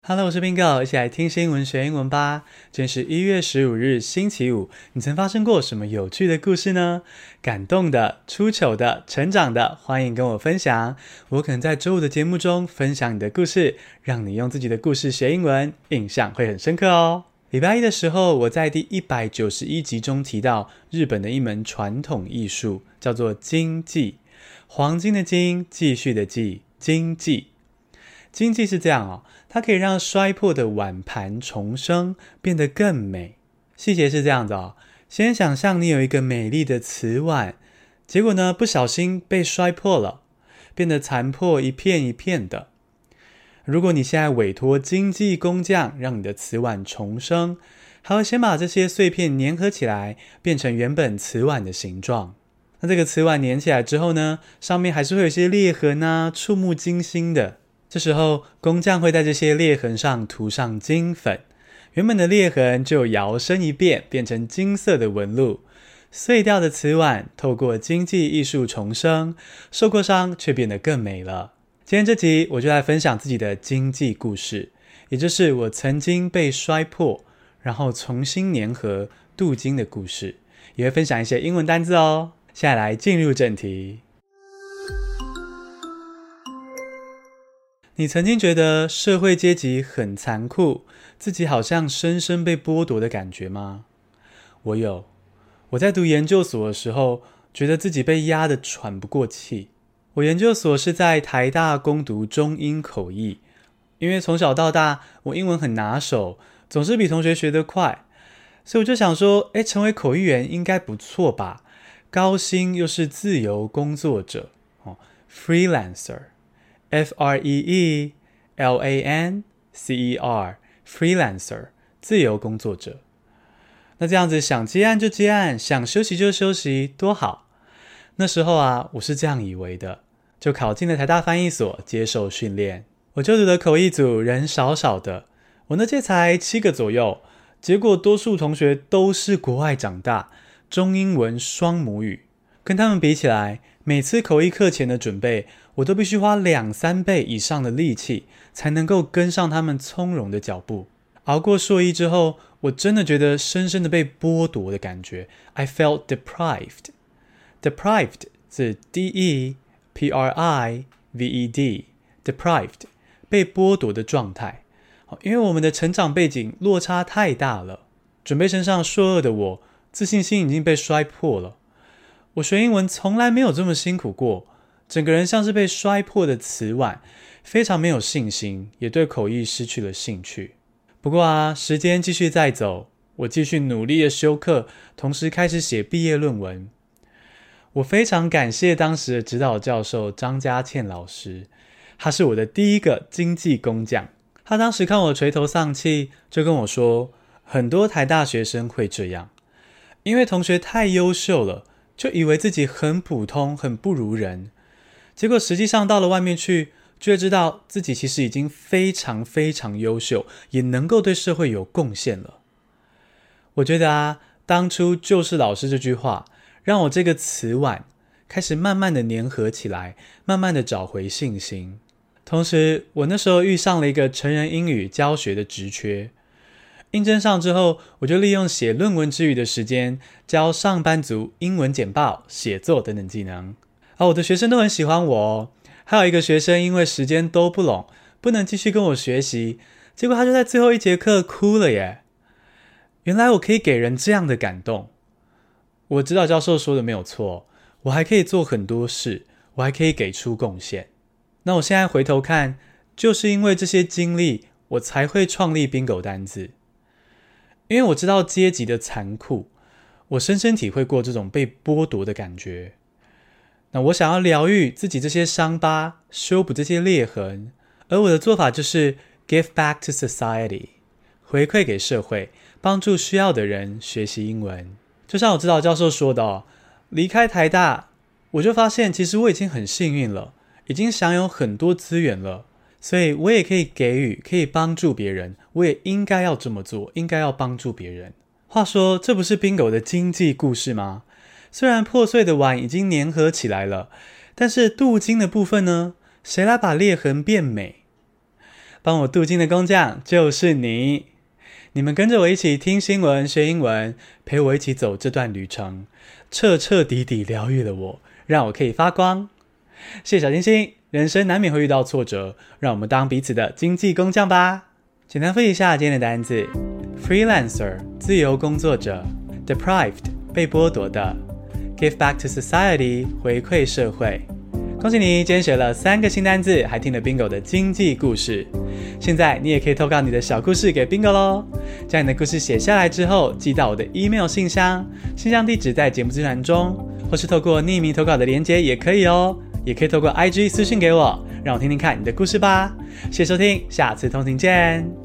Hello， 我是 Bingo， 一起来听新闻学英文吧。今天是1月15日，星期五。你曾发生过什么有趣的故事呢？感动的、出糗的、成长的，欢迎跟我分享。我可能在周五的节目中分享你的故事，让你用自己的故事学英文，印象会很深刻哦。礼拜一的时候，我在第191集中提到日本的一门传统艺术，叫做金继。黄金的金，继续的继，金继。金继是这样哦，它可以让摔破的碗盘重生，变得更美。细节是这样的哦，先想象你有一个美丽的瓷碗，结果呢，不小心被摔破了，变得残破一片一片的。如果你现在委托金继工匠让你的瓷碗重生，还会先把这些碎片粘合起来，变成原本瓷碗的形状。那这个瓷碗粘起来之后呢，上面还是会有一些裂痕啊，触目惊心的。这时候工匠会在这些裂痕上涂上金粉，原本的裂痕就摇身一变，变成金色的纹路。碎掉的瓷碗透过金继艺术重生，受过伤却变得更美了。今天这集我就来分享自己的金继故事，也就是我曾经被摔破，然后重新粘合镀金的故事，也会分享一些英文单字哦。现在来进入正题。你曾经觉得社会阶级很残酷，自己好像深深被剥夺的感觉吗？我有。我在读研究所的时候，觉得自己被压得喘不过气。我研究所是在台大攻读中英口译，因为从小到大我英文很拿手，总是比同学学得快，所以我就想说，成为口译员应该不错吧，高薪又是自由工作者freelancer，F-R-E-E-L-A-N-C-E-R freelancer 自由工作者。那这样子想接案就接案，想休息就休息，多好。那时候啊，我是这样以为的，就考进了台大翻译所接受训练。我就读的口译组人少少的，我那届才7个左右，结果多数同学都是国外长大，中英文双母语。跟他们比起来，每次口译课前的准备，我都必须花2-3倍以上的力气，才能够跟上他们从容的脚步。熬过硕一之后，我真的觉得深深的被剥夺的感觉。I felt deprived。Deprived 是 D-E-P-R-I-V-E-D Deprived 被剥夺的状态。因为我们的成长背景落差太大了，准备升上硕二的我，自信心已经被摔破了。我学英文从来没有这么辛苦过，整个人像是被摔破的瓷碗，非常没有信心，也对口译失去了兴趣。不过啊，时间继续在走，我继续努力的修课，同时开始写毕业论文。我非常感谢当时的指导教授张家倩老师，他是我的第一个金继工匠。他当时看我垂头丧气，就跟我说，很多台大学生会这样，因为同学太优秀了，就以为自己很普通，很不如人。结果实际上到了外面去，就会知道自己其实已经非常非常优秀，也能够对社会有贡献了。我觉得啊，当初就是老师这句话，让我这个瓷碗开始慢慢的粘合起来，慢慢的找回信心。同时，我那时候遇上了一个成人英语教学的职缺，应征上之后，我就利用写论文之余的时间，教上班族英文简报、写作等等技能。我的学生都很喜欢我哦。还有一个学生因为时间都不拢，不能继续跟我学习，结果他就在最后一节课哭了耶。原来我可以给人这样的感动。我指导教授说的没有错，我还可以做很多事，我还可以给出贡献。那我现在回头看，就是因为这些经历，我才会创立 Bingo 单字。因为我知道阶级的残酷，我深深体会过这种被剥夺的感觉。那我想要疗愈自己这些伤疤，修补这些裂痕，而我的做法就是 give back to society， 回馈给社会，帮助需要的人学习英文。就像我指导教授说的离开台大，我就发现其实我已经很幸运了，已经享有很多资源了，所以我也可以给予，可以帮助别人，我也应该要这么做，应该要帮助别人。话说，这不是 Bingo 的经济故事吗？虽然破碎的碗已经粘合起来了，但是镀金的部分呢？谁来把裂痕变美？ 帮我镀金的工匠就是你。你们跟着我一起听新闻学英文，陪我一起走这段旅程，彻彻底底疗愈了我，让我可以发光。谢谢小星星，人生难免会遇到挫折，让我们当彼此的经济工匠吧。简单复习一下今天的单字 Freelancer 自由工作者， Deprived 被剥夺的， Give back to society 回馈社会。恭喜你今天学了3个新单字，还听了 Bingo 的经济故事。现在你也可以投稿你的小故事给 Bingo 咯，将你的故事写下来之后寄到我的 email 信箱，信箱地址在节目资讯中，或是透过匿名投稿的连结也可以哦，也可以透过 IG 私讯给我，让我听听看你的故事吧。谢谢收听，下次通勤见。